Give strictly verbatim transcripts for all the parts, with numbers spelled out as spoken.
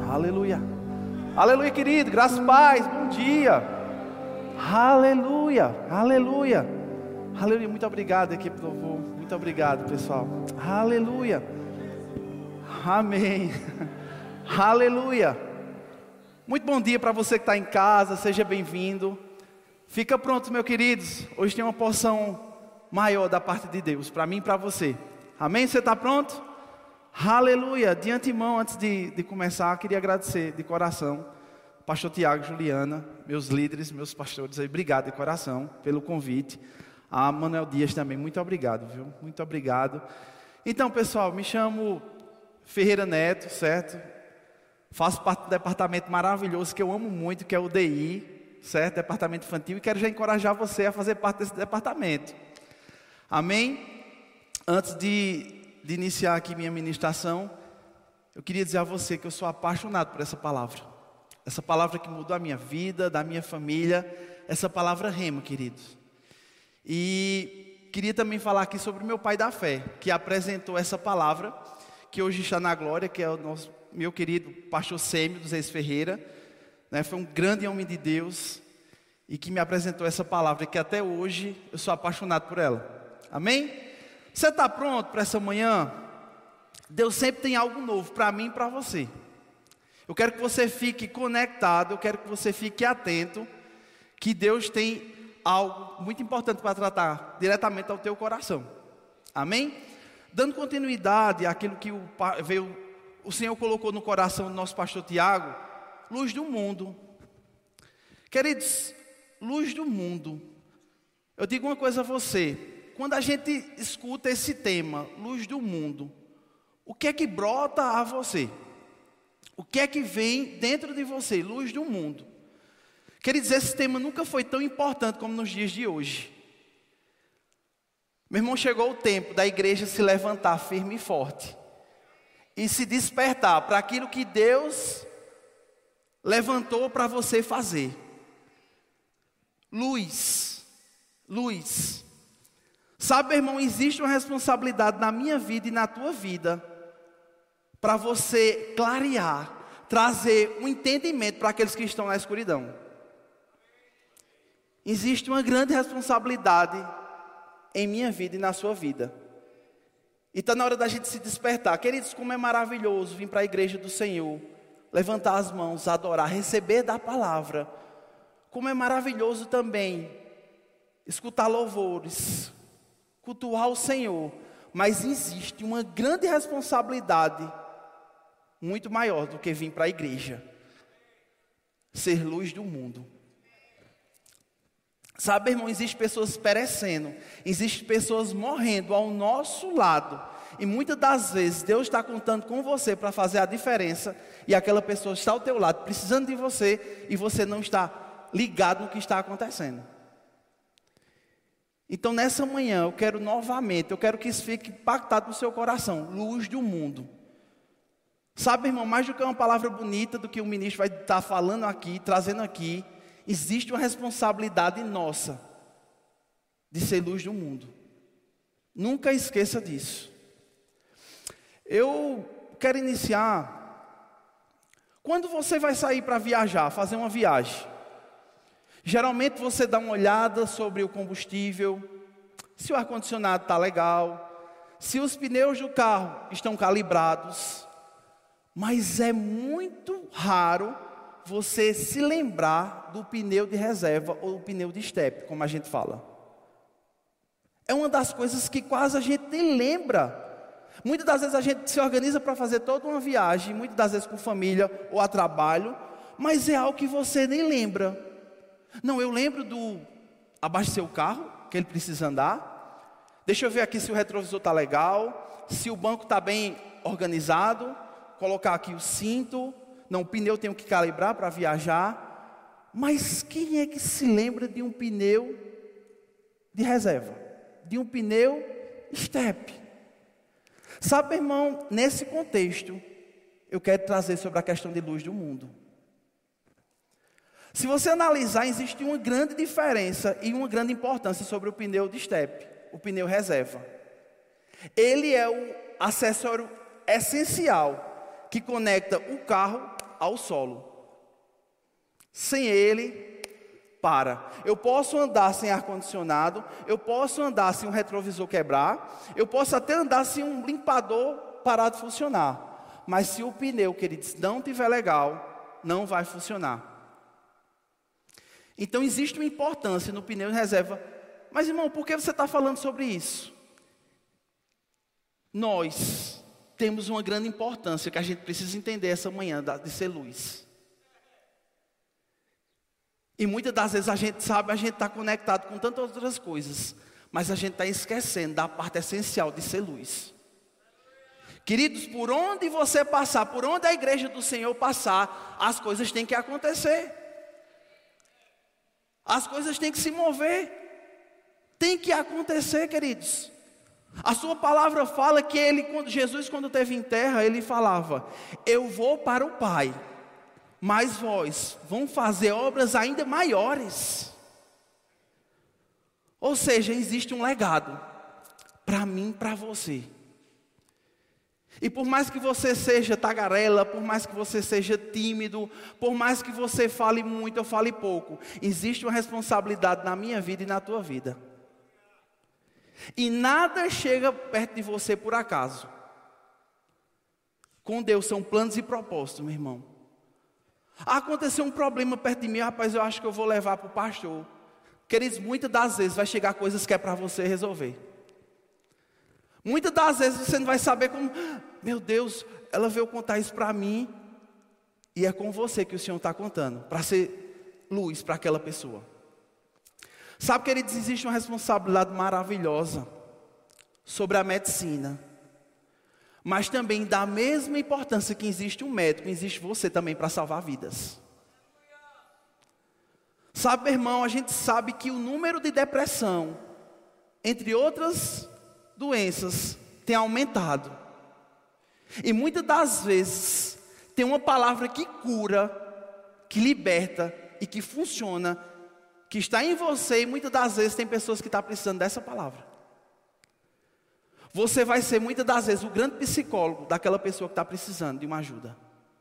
Aleluia. Aleluia, querido. Graças e paz. Bom dia. Aleluia. Aleluia. Aleluia. Muito obrigado, equipe do louvor. Muito obrigado, pessoal. Aleluia. Amém. Aleluia. Muito bom dia para você que está em casa. Seja bem-vindo. Fica pronto, meus queridos. Hoje tem uma porção maior da parte de Deus, para mim e para você. Amém? Você está pronto? Aleluia. De antemão, antes de, de começar, queria agradecer de coração pastor Tiago, Juliana, meus líderes, meus pastores aí, obrigado de coração pelo convite. A Manuel Dias também, muito obrigado, viu? Muito obrigado. Então, pessoal, me chamo Ferreira Neto, certo? Faço parte do departamento maravilhoso que eu amo muito, que é o D I, certo? Departamento infantil, e quero já encorajar você a fazer parte desse departamento. Amém? Antes de, de iniciar aqui minha ministração, eu queria dizer a você que eu sou apaixonado por essa palavra. Essa palavra que mudou a minha vida, da minha família, essa palavra rema, queridos. E queria também falar aqui sobre o meu pai da fé, que apresentou essa palavra, que hoje está na glória, que é o nosso, meu querido pastor Sêmio dos Reis Ferreira, né? Foi um grande homem de Deus, e que me apresentou essa palavra, que até hoje eu sou apaixonado por ela. Amém? Você está pronto para essa manhã? Deus sempre tem algo novo para mim e para você. Eu quero que você fique conectado, eu quero que você fique atento, que Deus tem algo muito importante para tratar diretamente ao teu coração. Amém? Dando continuidade àquilo que o, veio, o Senhor colocou no coração do nosso pastor Tiago, luz do mundo. Queridos, luz do mundo. Eu digo uma coisa a você, quando a gente escuta esse tema, luz do mundo, o que é que brota a você? O que é que vem dentro de você? Luz do mundo. Queridos, esse tema nunca foi tão importante como nos dias de hoje. Meu irmão, chegou o tempo da igreja se levantar firme e forte e se despertar para aquilo que Deus levantou para você fazer. Luz. Luz. Sabe, meu irmão, existe uma responsabilidade na minha vida e na tua vida para você clarear, trazer um entendimento para aqueles que estão na escuridão. Existe uma grande responsabilidade em minha vida e na sua vida. E está na hora da gente se despertar. Queridos, como é maravilhoso vir para a igreja do Senhor, levantar as mãos, adorar, receber da palavra. Como é maravilhoso também escutar louvores, cultuar o Senhor. Mas existe uma grande responsabilidade muito maior do que vir para a igreja. Ser luz do mundo. Sabe, irmão, existem pessoas perecendo, existem pessoas morrendo ao nosso lado. E muitas das vezes Deus está contando com você para fazer a diferença. E aquela pessoa está ao teu lado, precisando de você, e você não está ligado no que está acontecendo. Então nessa manhã eu quero novamente, eu quero que isso fique impactado no seu coração. Luz do mundo. Sabe, irmão, mais do que uma palavra bonita, do que o ministro vai estar falando aqui, trazendo aqui, existe uma responsabilidade nossa de ser luz do mundo. Nunca esqueça disso. Eu quero iniciar. Quando você vai sair para viajar, fazer uma viagem, geralmente você dá uma olhada sobre o combustível, se o ar-condicionado está legal, se os pneus do carro estão calibrados. Mas é muito raro você se lembrar do pneu de reserva ou do pneu de estepe, como a gente fala. É uma das coisas que quase a gente nem lembra. Muitas das vezes a gente se organiza para fazer toda uma viagem, muitas das vezes com família ou a trabalho, mas é algo que você nem lembra. Não, eu lembro do abastecer o carro, que ele precisa andar. Deixa eu ver aqui se o retrovisor está legal, se o banco está bem organizado. Colocar aqui o cinto. Não, o pneu eu tenho que calibrar para viajar. Mas quem é que se lembra de um pneu de reserva? De um pneu estepe? Sabe, irmão, nesse contexto, eu quero trazer sobre a questão de luz do mundo. Se você analisar, existe uma grande diferença e uma grande importância sobre o pneu de estepe, o pneu reserva. Ele é o acessório essencial que conecta o carro ao solo. Sem ele, para. Eu posso andar sem ar-condicionado, eu posso andar sem um retrovisor quebrar, eu posso até andar sem um limpador parar de funcionar. Mas se o pneu, queridos, não estiver legal, não vai funcionar. Então existe uma importância no pneu de reserva. Mas irmão, por que você está falando sobre isso? Nós temos uma grande importância que a gente precisa entender essa manhã, de ser luz. E muitas das vezes a gente sabe, a gente está conectado com tantas outras coisas, mas a gente está esquecendo da parte essencial de ser luz. Queridos, por onde você passar, por onde a igreja do Senhor passar, as coisas têm que acontecer. As coisas têm que se mover. Tem que acontecer, queridos. A sua palavra fala que ele, quando Jesus, quando esteve em terra, ele falava: eu vou para o Pai, mas vós vão fazer obras ainda maiores. Ou seja, existe um legado para mim, para você. E por mais que você seja tagarela, por mais que você seja tímido, por mais que você fale muito ou fale pouco, existe uma responsabilidade na minha vida e na tua vida. E nada chega perto de você por acaso. Com Deus são planos e propósitos, meu irmão. Aconteceu um problema perto de mim, rapaz, eu acho que eu vou levar para o pastor. Queridos, muitas das vezes vai chegar coisas que é para você resolver. Muitas das vezes você não vai saber como, meu Deus, ela veio contar isso para mim. E é com você que o Senhor está contando, para ser luz para aquela pessoa. Sabe, queridos, existe uma responsabilidade maravilhosa sobre a medicina. Mas também da mesma importância que existe um médico, existe você também para salvar vidas. Sabe, meu irmão, a gente sabe que o número de depressão, entre outras doenças, tem aumentado. E muitas das vezes, tem uma palavra que cura, que liberta e que funciona, que está em você, e muitas das vezes tem pessoas que estão precisando dessa palavra. Você vai ser muitas das vezes o grande psicólogo daquela pessoa que está precisando de uma ajuda.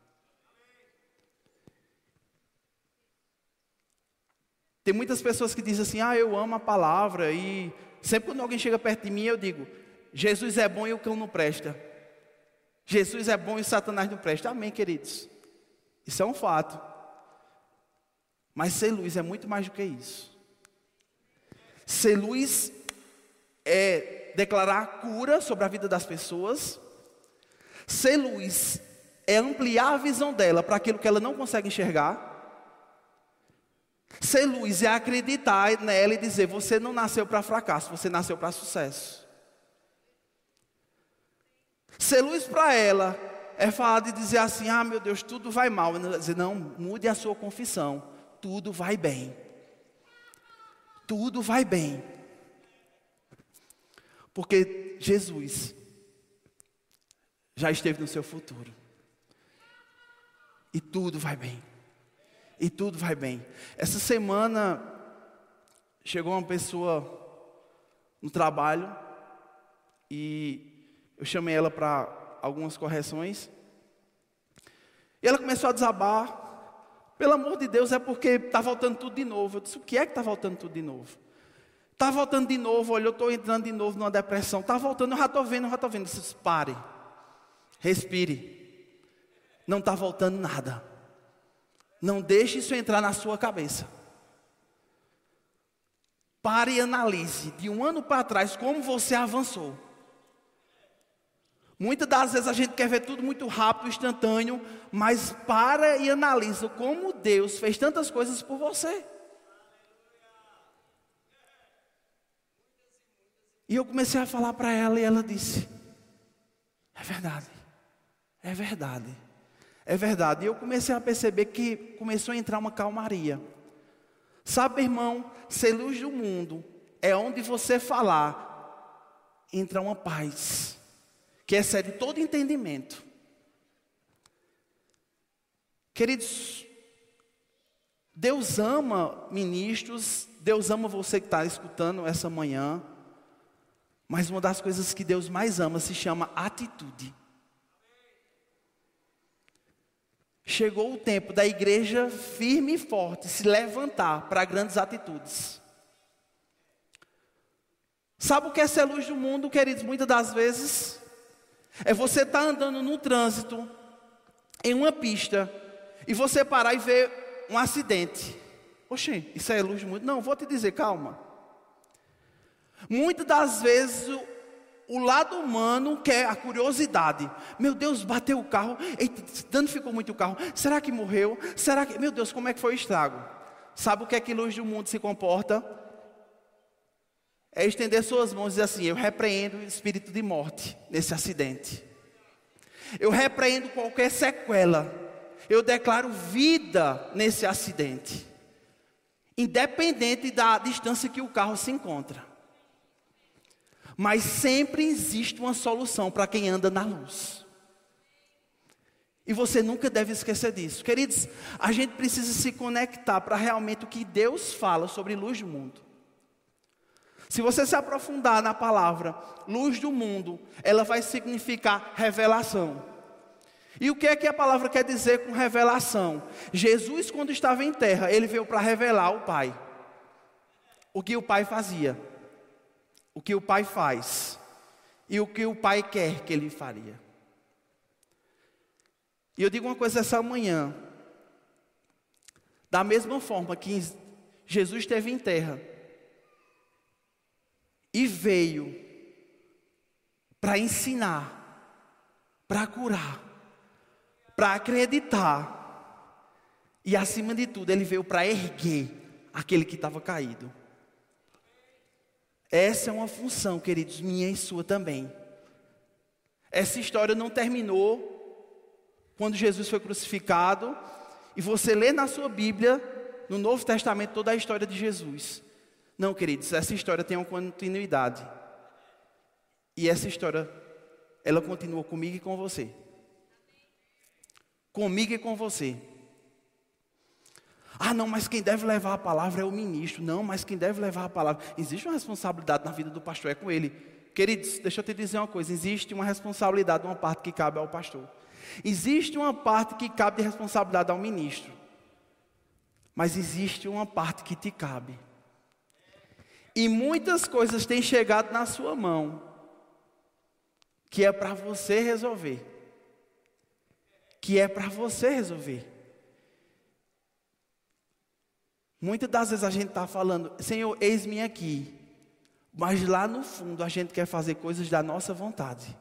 Tem muitas pessoas que dizem assim: ah, eu amo a palavra, e sempre quando alguém chega perto de mim eu digo: Jesus é bom e o cão não presta. Jesus é bom e Satanás não presta. Amém, queridos? Isso é um fato. Mas ser luz é muito mais do que isso. Ser luz é declarar cura sobre a vida das pessoas. Ser luz é ampliar a visão dela para aquilo que ela não consegue enxergar. Ser luz é acreditar nela e dizer: você não nasceu para fracasso, você nasceu para sucesso. Ser luz para ela é falar de dizer assim: ah, meu Deus, tudo vai mal. Ela dizer: não, mude a sua confissão. Tudo vai bem. Tudo vai bem. Porque Jesus já esteve no seu futuro. E tudo vai bem. E tudo vai bem. Essa semana chegou uma pessoa no trabalho e eu chamei ela para algumas correções. E ela começou a desabar. Pelo amor de Deus, é porque está voltando tudo de novo. Eu disse: o que é que está voltando tudo de novo? Está voltando de novo, olha, eu estou entrando de novo numa depressão. Está voltando, eu já estou vendo, eu já estou vendo. Eu disse: pare, respire. Não está voltando nada. Não deixe isso entrar na sua cabeça. Pare e analise, de um ano para trás, como você avançou. Muitas das vezes a gente quer ver tudo muito rápido, instantâneo, mas para e analisa como Deus fez tantas coisas por você. E eu comecei a falar para ela e ela disse: é verdade, é verdade, é verdade. E eu comecei a perceber que começou a entrar uma calmaria. Sabe, irmão, ser luz do mundo é onde você falar, entra uma paz que excede todo entendimento. Queridos, Deus ama ministros, Deus ama você que está escutando essa manhã, mas uma das coisas que Deus mais ama se chama atitude. chegou o tempo da igreja firme e forte se levantar para grandes atitudes. Sabe o que é ser luz do mundo, queridos? Muitas das vezes é você estar andando no trânsito, em uma pista, e você parar e ver um acidente. Oxê, isso é luz do mundo? Não, vou te dizer, calma. Muitas das vezes o, o lado humano quer a curiosidade. Meu Deus, bateu o carro, eita, danificou muito o carro. Será que morreu? Será que, meu Deus, como é que foi o estrago? Sabe o que é que luz do mundo se comporta? É estender suas mãos e dizer assim: eu repreendo o espírito de morte nesse acidente. Eu repreendo qualquer sequela. Eu declaro vida nesse acidente, independente da distância que o carro se encontra. Mas sempre existe uma solução para quem anda na luz. E você nunca deve esquecer disso. Queridos, a gente precisa se conectar para realmente o que Deus fala sobre luz do mundo. Se você se aprofundar na palavra luz do mundo, ela vai significar revelação. E o que é que a palavra quer dizer com revelação? Jesus, quando estava em terra, ele veio para revelar o Pai. O que o Pai fazia, o que o Pai faz e o que o Pai quer que ele faria. E eu digo uma coisa essa manhã: da mesma forma que Jesus esteve em terra e veio para ensinar, para curar, para acreditar, e acima de tudo ele veio para erguer aquele que estava caído. Essa é uma função, queridos, minha e sua também. Essa história não terminou quando Jesus foi crucificado, e você lê na sua Bíblia, no Novo Testamento, toda a história de Jesus. Não, queridos, essa história tem uma continuidade. E essa história, ela continua comigo e com você. Comigo e com você. Ah, não, mas quem deve levar a palavra é o ministro. Não, mas quem deve levar a palavra... Existe uma responsabilidade na vida do pastor, é com ele. Queridos, deixa eu te dizer uma coisa. Existe uma responsabilidade, uma parte que cabe ao pastor. Existe uma parte que cabe de responsabilidade ao ministro. Mas existe uma parte que te cabe. E muitas coisas têm chegado na sua mão, que é para você resolver. Que é para você resolver. Muitas das vezes a gente está falando: Senhor, eis-me aqui. Mas lá no fundo a gente quer fazer coisas da nossa vontade.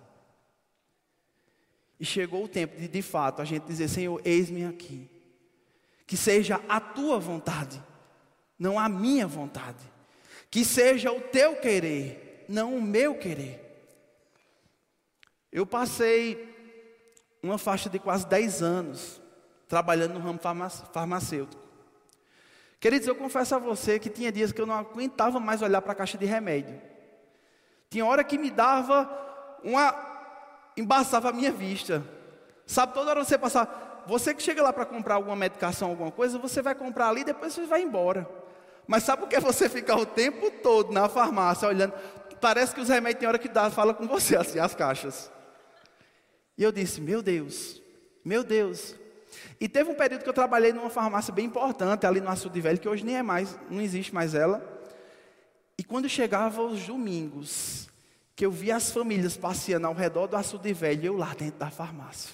E chegou o tempo de, de fato, a gente dizer: Senhor, eis-me aqui. Que seja a tua vontade, não a minha vontade. Que seja o teu querer, não o meu querer. Eu passei uma faixa de quase dez anos trabalhando no ramo farmacêutico. Queridos, eu confesso a você que tinha dias que eu não aguentava mais olhar para a caixa de remédio. Tinha hora que me dava uma... embaçava a minha vista. Sabe, toda hora você passar... Você que chega lá para comprar alguma medicação, alguma coisa, você vai comprar ali e depois você vai embora. Mas sabe o que é você ficar o tempo todo na farmácia olhando? Parece que os remédios tem hora que dá, fala com você assim, as caixas. E eu disse: meu Deus, meu Deus. E teve um período que eu trabalhei numa farmácia bem importante, ali no Açude Velho, que hoje nem é mais, não existe mais ela. E quando chegava os domingos, que eu via as famílias passeando ao redor do Açude Velho, eu lá dentro da farmácia.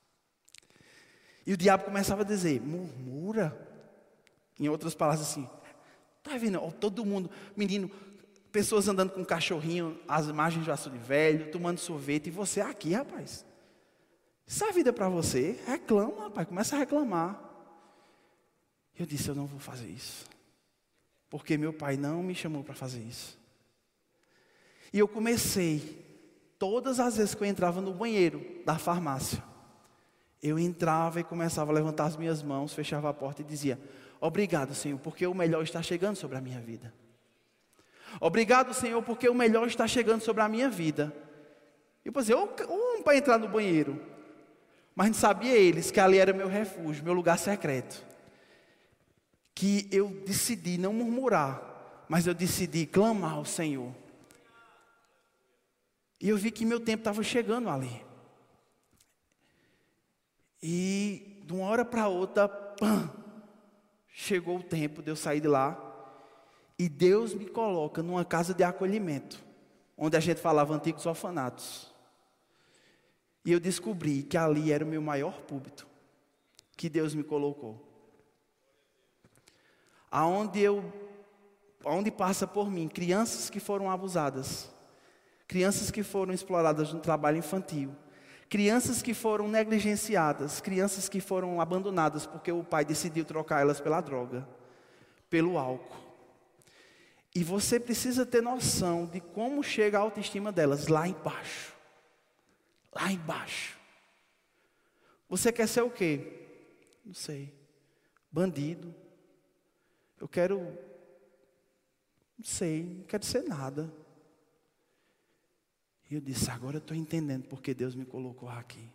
E o diabo começava a dizer: murmura. Em outras palavras assim, tá vendo? Ó, todo mundo, menino, pessoas andando com um cachorrinho, as margens do Açude Velho, tomando sorvete, e você aqui, rapaz. Isso é a vida para você? Reclama, rapaz, começa a reclamar. Eu disse: eu não vou fazer isso, porque meu pai não me chamou para fazer isso. E eu comecei, todas as vezes que eu entrava no banheiro da farmácia, eu entrava e começava a levantar as minhas mãos, fechava a porta e dizia: obrigado, Senhor, porque o melhor está chegando sobre a minha vida. Obrigado, Senhor, porque o melhor está chegando sobre a minha vida. E eu pensei, um para entrar no banheiro. Mas não sabia eles que ali era meu refúgio, meu lugar secreto. Que eu decidi não murmurar, mas eu decidi clamar ao Senhor. E eu vi que meu tempo estava chegando ali. E de uma hora para outra, pam, chegou o tempo de eu sair de lá. E Deus me coloca numa casa de acolhimento, onde a gente falava antigos orfanatos. E eu descobri que ali era o meu maior púlpito, que Deus me colocou. Aonde eu, aonde passa por mim, crianças que foram abusadas, crianças que foram exploradas no trabalho infantil, crianças que foram negligenciadas, crianças que foram abandonadas porque o pai decidiu trocar elas pela droga, pelo álcool. E você precisa ter noção de como chega a autoestima delas lá embaixo. Lá embaixo. Você quer ser o quê? Não sei. Bandido. Eu quero... Não sei, não quero ser nada. E eu disse, agora eu estou entendendo porque Deus me colocou aqui.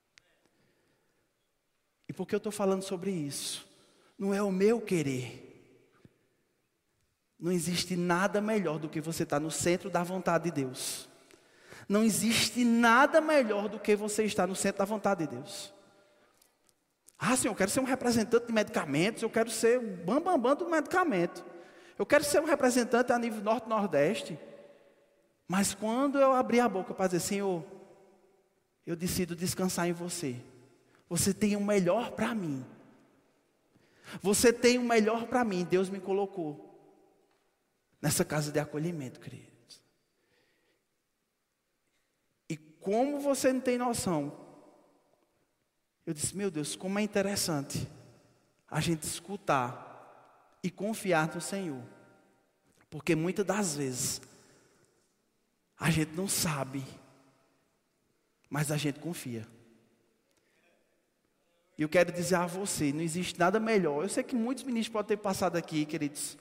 E por que eu estou falando sobre isso? Não é o meu querer. Não existe nada melhor do que você estar no centro da vontade de Deus. Não existe nada melhor do que você estar no centro da vontade de Deus. Ah, Senhor, eu quero ser um representante de medicamentos, eu quero ser o bambambam bam, bam do medicamento. Eu quero ser um representante a nível norte e nordeste. Mas quando eu abri a boca para dizer, Senhor, eu decido descansar em você. Você tem o melhor para mim. Você tem o melhor para mim, Deus me colocou nessa casa de acolhimento, queridos. E como você não tem noção, eu disse, meu Deus, como é interessante a gente escutar e confiar no Senhor. Porque muitas das vezes, a gente não sabe, mas a gente confia. E eu quero dizer a você, não existe nada melhor. Eu sei que muitos ministros podem ter passado aqui, queridos.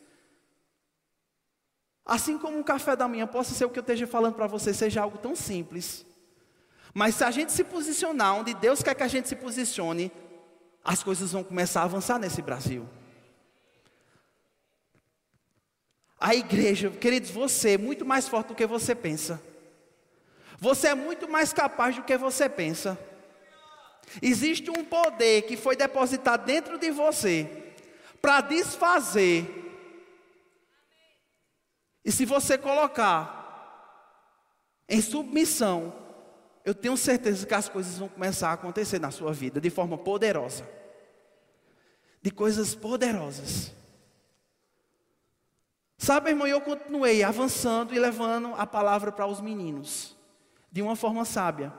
Assim como um café da manhã, possa ser o que eu esteja falando para você, seja algo tão simples. Mas se a gente se posicionar onde Deus quer que a gente se posicione, as coisas vão começar a avançar nesse Brasil. A igreja, queridos, você é muito mais forte do que você pensa. Você é muito mais capaz do que você pensa. Existe um poder que foi depositado dentro de você para desfazer. E se você colocar em submissão, eu tenho certeza que as coisas vão começar a acontecer na sua vida de forma poderosa. De coisas poderosas. Sabe, irmão, eu continuei avançando e levando a palavra para os meninos. De uma forma sábia.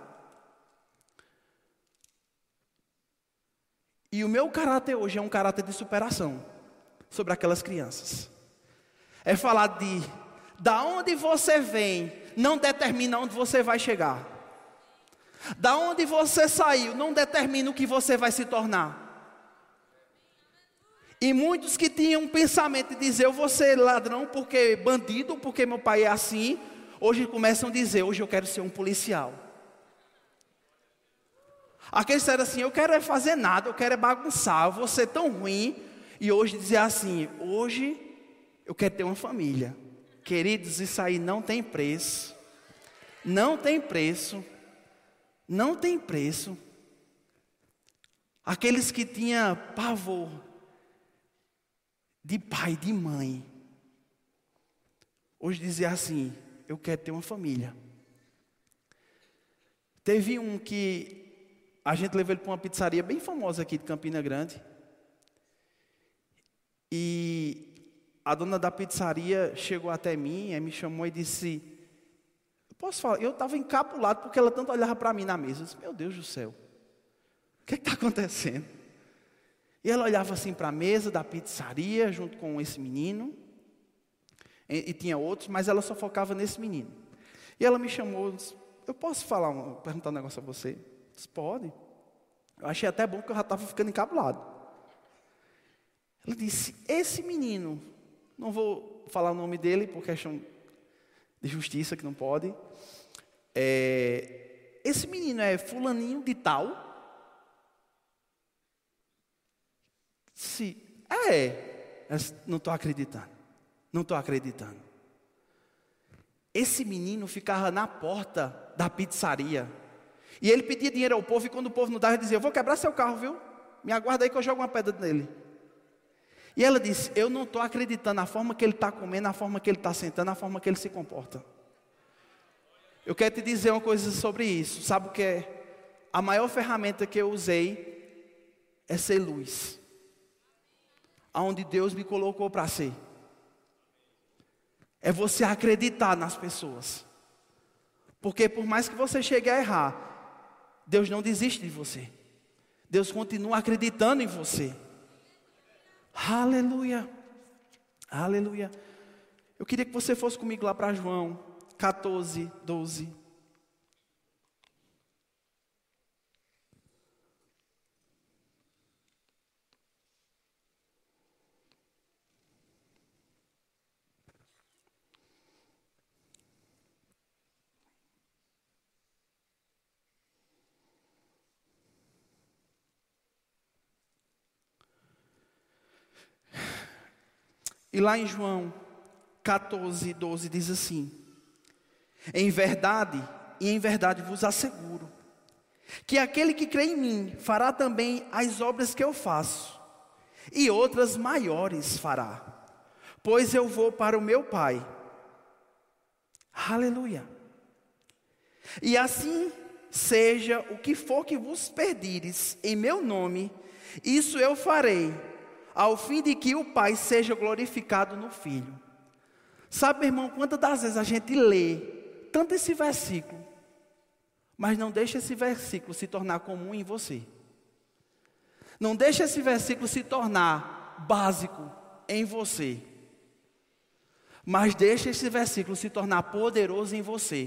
E o meu caráter hoje é um caráter de superação. Sobre aquelas crianças. É falar de, da onde você vem, não determina onde você vai chegar. Da onde você saiu, não determina o que você vai se tornar. E muitos que tinham um pensamento de dizer, eu vou ser ladrão porque bandido, porque meu pai é assim, hoje começam a dizer, hoje eu quero ser um policial. Aqueles disseram assim, eu quero é fazer nada, eu quero é bagunçar, eu vou ser tão ruim. E hoje dizer assim, hoje eu quero ter uma família. Queridos, isso aí não tem preço. Não tem preço. Não tem preço. Aqueles que tinham pavor de pai, de mãe, hoje dizer assim, eu quero ter uma família. Teve um que a gente levou ele para uma pizzaria bem famosa aqui de Campina Grande. E a dona da pizzaria chegou até mim, me chamou e disse, eu posso falar? Eu estava encapulado porque ela tanto olhava para mim na mesa. Eu disse, meu Deus do céu, o que está acontecendo? E ela olhava assim para a mesa da pizzaria, junto com esse menino, e, e tinha outros, mas ela só focava nesse menino. E ela me chamou, disse, eu posso falar, um, perguntar um negócio a você? Eu disse, pode. Eu achei até bom porque eu já estava ficando encabulado. Ela disse, esse menino, não vou falar o nome dele por questão de justiça, que não pode. É, esse menino é fulaninho de tal? Se é, não estou acreditando. Não estou acreditando. Esse menino ficava na porta da pizzaria. E ele pedia dinheiro ao povo, e quando o povo não dava, ele dizia, eu vou quebrar seu carro, viu? me aguarda aí que eu jogo uma pedra nele. E ela disse, eu não estou acreditando na forma que ele está comendo, na forma que ele está sentando, na forma que ele se comporta. Eu quero te dizer uma coisa sobre isso. Sabe o que é? A maior ferramenta que eu usei é ser luz. Aonde Deus me colocou para ser. É você acreditar nas pessoas. Porque por mais que você chegue a errar, Deus não desiste de você. Deus continua acreditando em você. Aleluia. Aleluia. Eu queria que você fosse comigo lá para João quatorze, doze. E lá em João quatorze, doze diz assim: em verdade, e em verdade vos asseguro, que aquele que crê em mim fará também as obras que eu faço, e outras maiores fará, pois eu vou para o meu Pai. Aleluia. E assim seja o que for que vos pedires em meu nome, isso eu farei, ao fim de que o Pai seja glorificado no Filho. Sabe, meu irmão, quantas das vezes a gente lê tanto esse versículo, mas não deixa esse versículo se tornar comum em você. Não deixa esse versículo se tornar básico em você. Mas deixa esse versículo se tornar poderoso em você.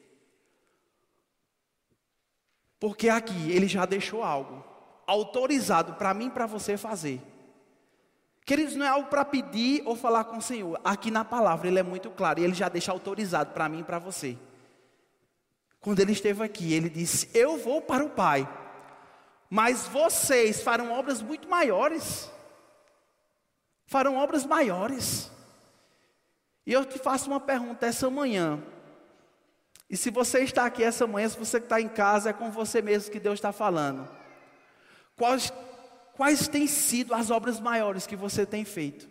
Porque aqui ele já deixou algo autorizado para mim e para você fazer. Queridos, não é algo para pedir ou falar com o Senhor. Aqui na palavra ele é muito claro. E ele já deixa autorizado para mim e para você. Quando ele esteve aqui, ele disse: eu vou para o Pai, mas vocês farão obras muito maiores. Farão obras maiores. E eu te faço uma pergunta essa manhã. E se você está aqui essa manhã, se você está em casa, é com você mesmo que Deus está falando. Quais... Quais têm sido as obras maiores que você tem feito?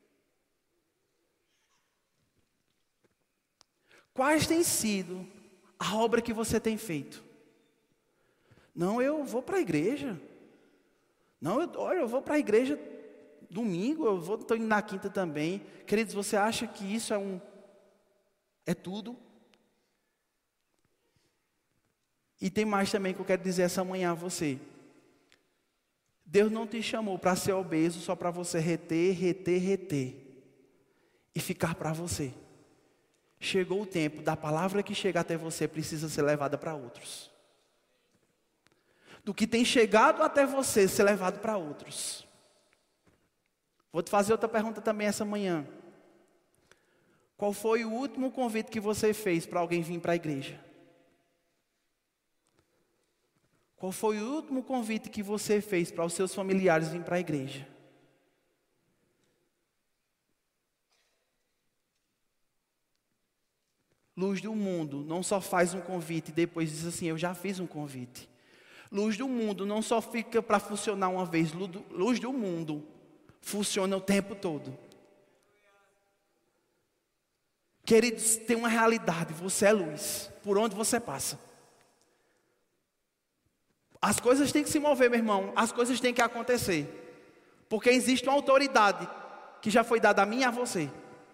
Quais têm sido a obra que você tem feito? Não, eu vou para a igreja. Não, eu, olha, eu vou para a igreja domingo, eu vou, estou indo na quinta também. Queridos, você acha que isso é um, é tudo? E tem mais também que eu quero dizer essa manhã a você. Deus não te chamou para ser obeso só para você reter, reter, reter. E ficar para você. Chegou o tempo da palavra que chega até você precisa ser levada para outros. Do que tem chegado até você ser levado para outros. Vou te fazer outra pergunta também essa manhã. Qual foi o último convite que você fez para alguém vir para a igreja? Qual foi o último convite que você fez para os seus familiares virem para a igreja? Luz do Mundo não só faz um convite e depois diz assim, eu já fiz um convite. Luz do Mundo não só fica para funcionar uma vez. Luz do Mundo funciona o tempo todo. Queridos, tem uma realidade, você é luz, por onde você passa. As coisas têm que se mover, meu irmão. As coisas têm que acontecer. Porque existe uma autoridade que já foi dada a mim e a você.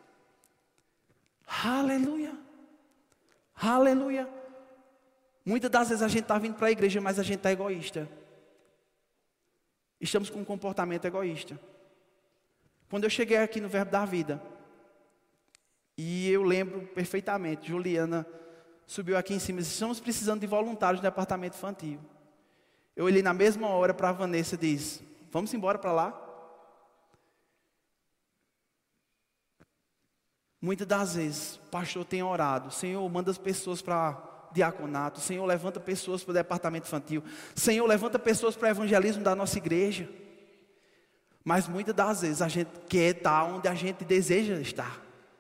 Aleluia. Aleluia. Muitas das vezes a gente está vindo para a igreja, mas a gente está egoísta. Estamos com um comportamento egoísta. Quando eu cheguei aqui no Verbo da Vida, e eu lembro perfeitamente, Juliana subiu aqui em cima e disse, estamos precisando de voluntários no departamento infantil. Eu olhei na mesma hora para a Vanessa e disse, vamos embora para lá? Muitas das vezes, o pastor tem orado, Senhor, manda as pessoas para diaconato, Senhor, levanta pessoas para o departamento infantil, Senhor, levanta pessoas para o evangelismo da nossa igreja. Mas muitas das vezes a gente quer estar onde a gente deseja estar.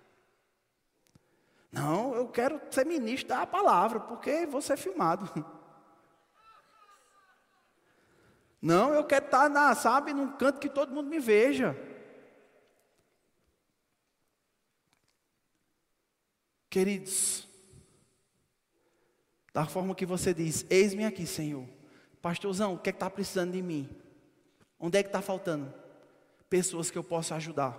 Não, eu quero ser ministro da palavra, porque vou ser filmado. Não, eu quero estar, na, sabe, num canto que todo mundo me veja. Queridos, da forma que você diz, eis-me aqui, Senhor. Pastorzão, o que é que está precisando de mim? Onde é que está faltando? Pessoas que eu possa ajudar.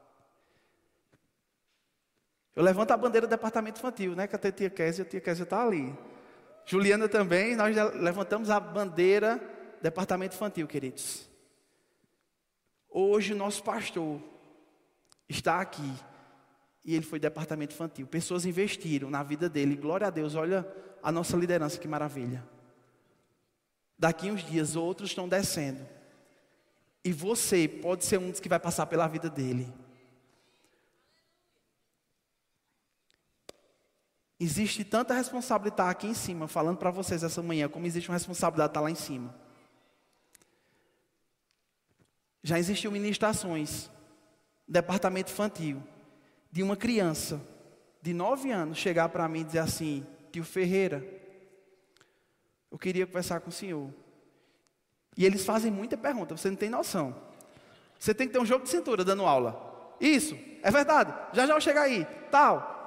Eu levanto a bandeira do departamento infantil, né? Que a tia Késia, a tia Késia está ali. Juliana também, nós já levantamos a bandeira do departamento infantil, queridos. Hoje o nosso pastor está aqui. E ele foi departamento infantil. Pessoas investiram na vida dele. Glória a Deus, olha a nossa liderança, que maravilha. Daqui uns dias, outros estão descendo. E você pode ser um dos que vai passar pela vida dele. Existe tanta responsabilidade aqui em cima, falando para vocês essa manhã, como existe uma responsabilidade estar lá em cima. Já existiu ministrações, departamento infantil, de uma criança de nove anos chegar para mim e dizer assim: tio Ferreira, eu queria conversar com o senhor. E eles fazem muita pergunta, você não tem noção. Você tem que ter um jogo de cintura dando aula. Isso, é verdade, já já eu chegar aí, tal.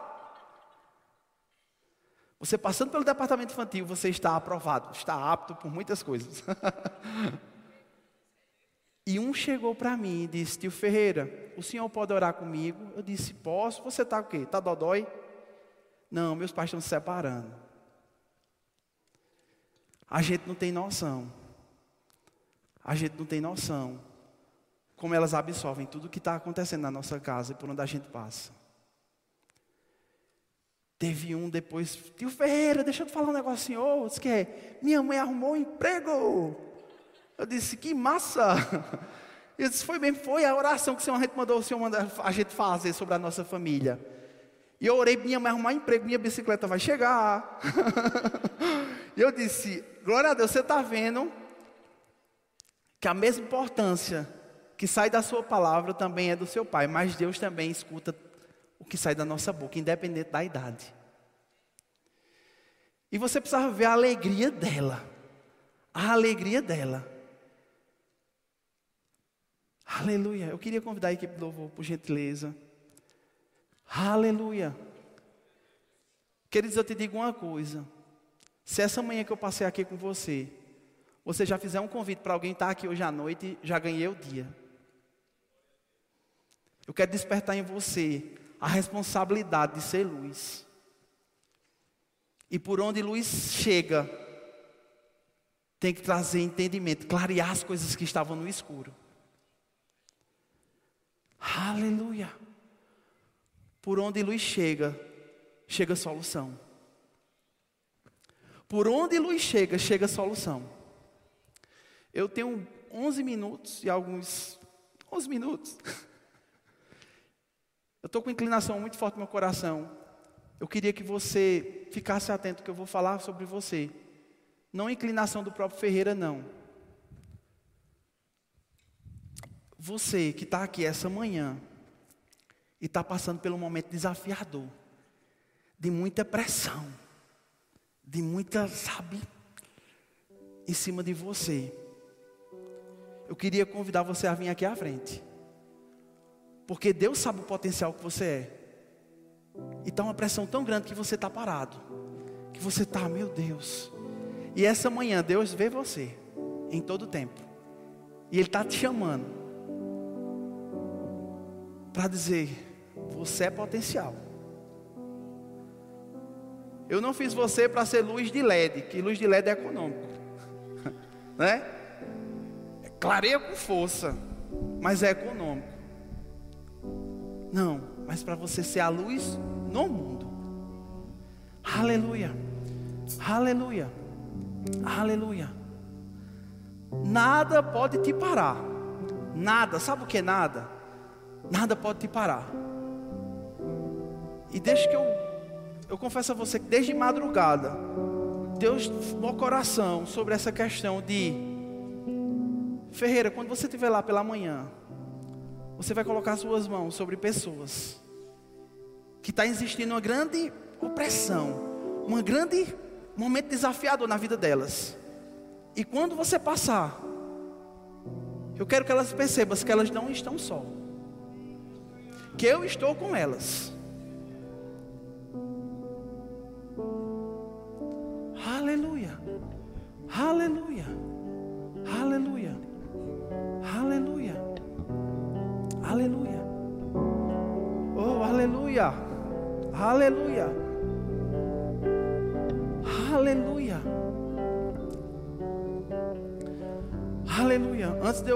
Você passando pelo departamento infantil, você está aprovado, está apto por muitas coisas. E um chegou para mim e disse: tio Ferreira, o senhor pode orar comigo? Eu disse: posso. Você está o quê? Está dodói? Não, meus pais estão se separando. A gente não tem noção. A gente não tem noção como elas absorvem tudo o que está acontecendo na nossa casa e por onde a gente passa. Teve um depois: tio Ferreira, deixa eu te falar um negócio, senhor. Disse que é, minha mãe arrumou um emprego. Eu disse: que massa. Eu disse: foi mesmo, foi a oração que o Senhor a gente mandou o Senhor mandar a gente fazer sobre a nossa família. E eu orei, minha mãe arrumar emprego, minha bicicleta vai chegar. E eu disse: glória a Deus, você está vendo que a mesma importância que sai da sua palavra também é do seu pai, mas Deus também escuta o que sai da nossa boca, independente da idade. E você precisava ver a alegria dela. A alegria dela. Aleluia. Eu queria convidar a equipe do louvor, por gentileza. Aleluia. Queridos, eu te digo uma coisa. Se essa manhã que eu passei aqui com você, você já fizer um convite para alguém estar aqui hoje à noite, já ganhei o dia. Eu quero despertar em você a responsabilidade de ser luz. E por onde luz chega, tem que trazer entendimento, clarear as coisas que estavam no escuro. Aleluia. Por onde luz chega, chega solução. Por onde luz chega, chega solução. Eu tenho onze minutos e alguns... onze minutos. Eu estou com inclinação muito forte no meu coração. Eu queria que você ficasse atento, que eu vou falar sobre você. Não inclinação do próprio Ferreira, não. Você que está aqui essa manhã e está passando pelo momento desafiador, de muita pressão, de muita, sabe, em cima de você. Eu queria convidar você a vir aqui à frente. Porque Deus sabe o potencial que você é. E está uma pressão tão grande que você está parado. Que você está, meu Deus. E essa manhã Deus vê você em todo o tempo. E Ele está te chamando para dizer: você é potencial. Eu não fiz você para ser luz de L E D, que luz de L E D é econômico. Né? Clareia com força, mas é econômico. Não, mas para você ser a luz no mundo. Aleluia. Aleluia. Aleluia. Nada pode te parar. Nada, sabe o que é nada? Nada pode te parar. E deixa que eu Eu confesso a você que desde madrugada Deus no coração sobre essa questão de: Ferreira, quando você estiver lá pela manhã, você vai colocar suas mãos sobre pessoas que está existindo uma grande opressão, um grande momento desafiador na vida delas. E quando você passar, Eu quero que elas percebam que elas não estão só, que eu estou com elas. Aleluia, aleluia, aleluia, aleluia, aleluia, oh aleluia, aleluia, aleluia, aleluia. Antes de eu,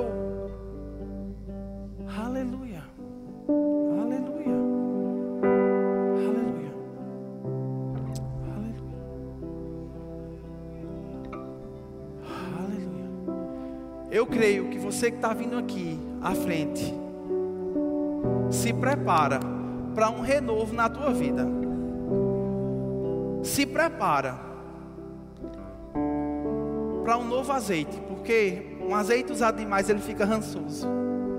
aleluia, aleluia, aleluia, aleluia, aleluia. Eu creio que você que está vindo aqui à frente, se prepara para um renovo na tua vida. Se prepara para um novo azeite, porque um azeite usado demais ele fica rançoso.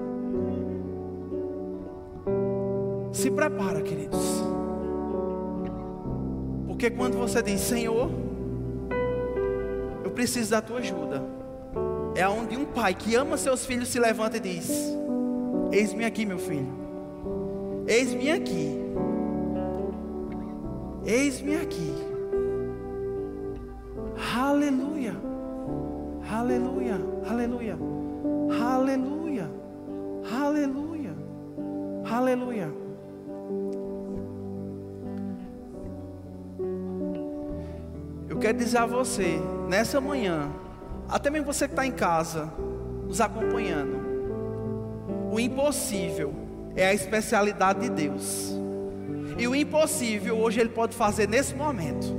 Se prepara, queridos, porque quando você diz: Senhor, eu preciso da tua ajuda, é onde um pai que ama seus filhos se levanta e diz: eis-me aqui, meu filho, eis-me aqui, eis-me aqui. Aleluia, aleluia, aleluia, aleluia, aleluia, aleluia. Eu quero dizer a você, nessa manhã, até mesmo você que está em casa, nos acompanhando, o impossível é a especialidade de Deus. E o impossível hoje Ele pode fazer nesse momento.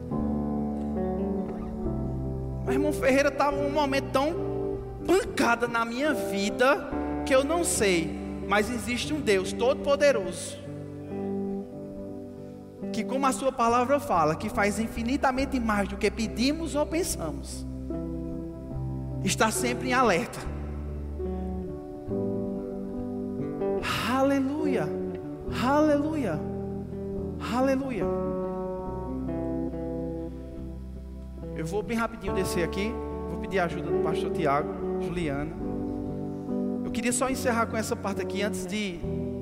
Mas irmão Ferreira, estava um momento tão pancada na minha vida que eu não sei, mas existe um Deus todo-poderoso, que, como a sua palavra fala, que faz infinitamente mais do que pedimos ou pensamos, está sempre em alerta. Aleluia, aleluia, aleluia. Eu vou bem rapidinho descer aqui. Vou pedir a ajuda do pastor Tiago, Juliana. Eu queria só encerrar com essa parte aqui, antes de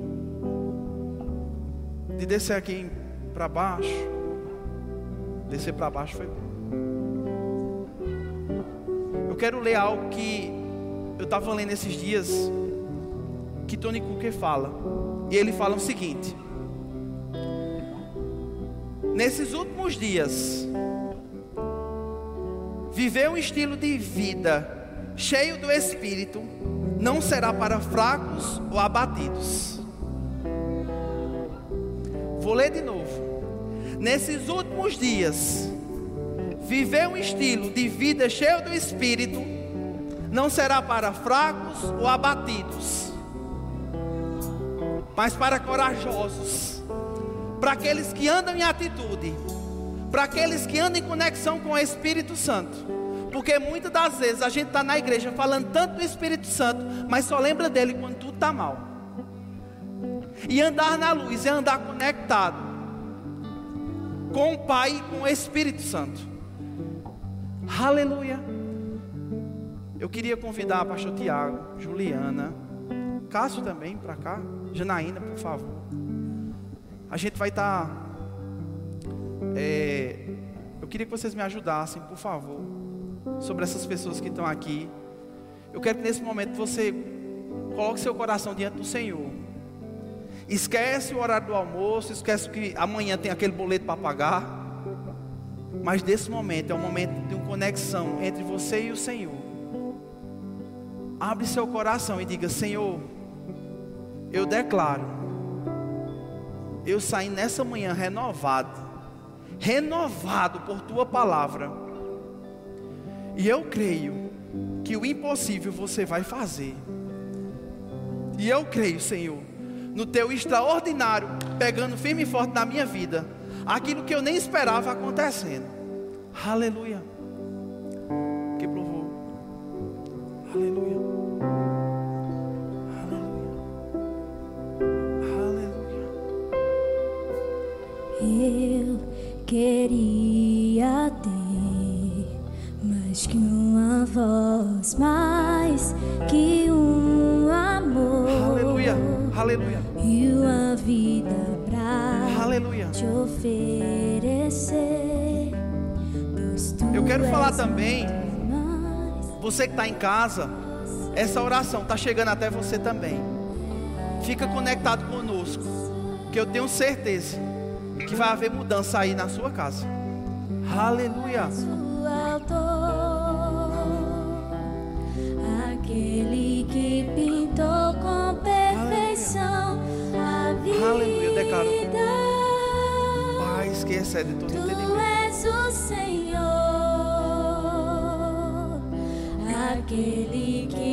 De descer aqui para baixo. Descer para baixo foi bom. Eu quero ler algo que eu estava lendo esses dias, que Tony Cooker fala. E ele fala o seguinte: nesses últimos dias, viver um estilo de vida cheio do Espírito não será para fracos ou abatidos. Vou ler de novo. Nesses últimos dias, viver um estilo de vida cheio do Espírito não será para fracos ou abatidos, mas para corajosos, para aqueles que andam em atitude, para aqueles que andam em conexão com o Espírito Santo. Porque muitas das vezes a gente está na igreja falando tanto do Espírito Santo, mas só lembra dele quando tudo está mal. E andar na luz é andar conectado com o Pai e com o Espírito Santo. Aleluia. Eu queria convidar o pastor Tiago, Juliana, Cássio também para cá, Janaína, por favor. A gente vai estar tá, é, eu queria que vocês me ajudassem, por favor, sobre essas pessoas que estão aqui. Eu quero que nesse momento você coloque seu coração diante do Senhor. Esquece o horário do almoço, esquece que amanhã tem aquele boleto para pagar. Mas desse momento é um momento de uma conexão entre você e o Senhor. Abre seu coração e diga: Senhor, eu declaro, eu saí nessa manhã renovado, renovado por Tua palavra. E eu creio que o impossível você vai fazer. E eu creio, Senhor, no Teu extraordinário, pegando firme e forte na minha vida, aquilo que eu nem esperava acontecendo. Aleluia. Que louvor. Aleluia. Aleluia. Aleluia. Eu queria ter mais que uma voz nós mais que um amor. Aleluia, aleluia. E uma vida pra Aleluia. te oferecer. Eu quero falar também, você que está em casa, essa oração está chegando até você também. Fica conectado conosco, que eu tenho certeza que vai haver mudança aí na sua casa. Aleluia. Aquele que pintou com perfeição a vida. Aleluia, eu declaro paz que excede todo entendimento. Tu és o Senhor, aquele que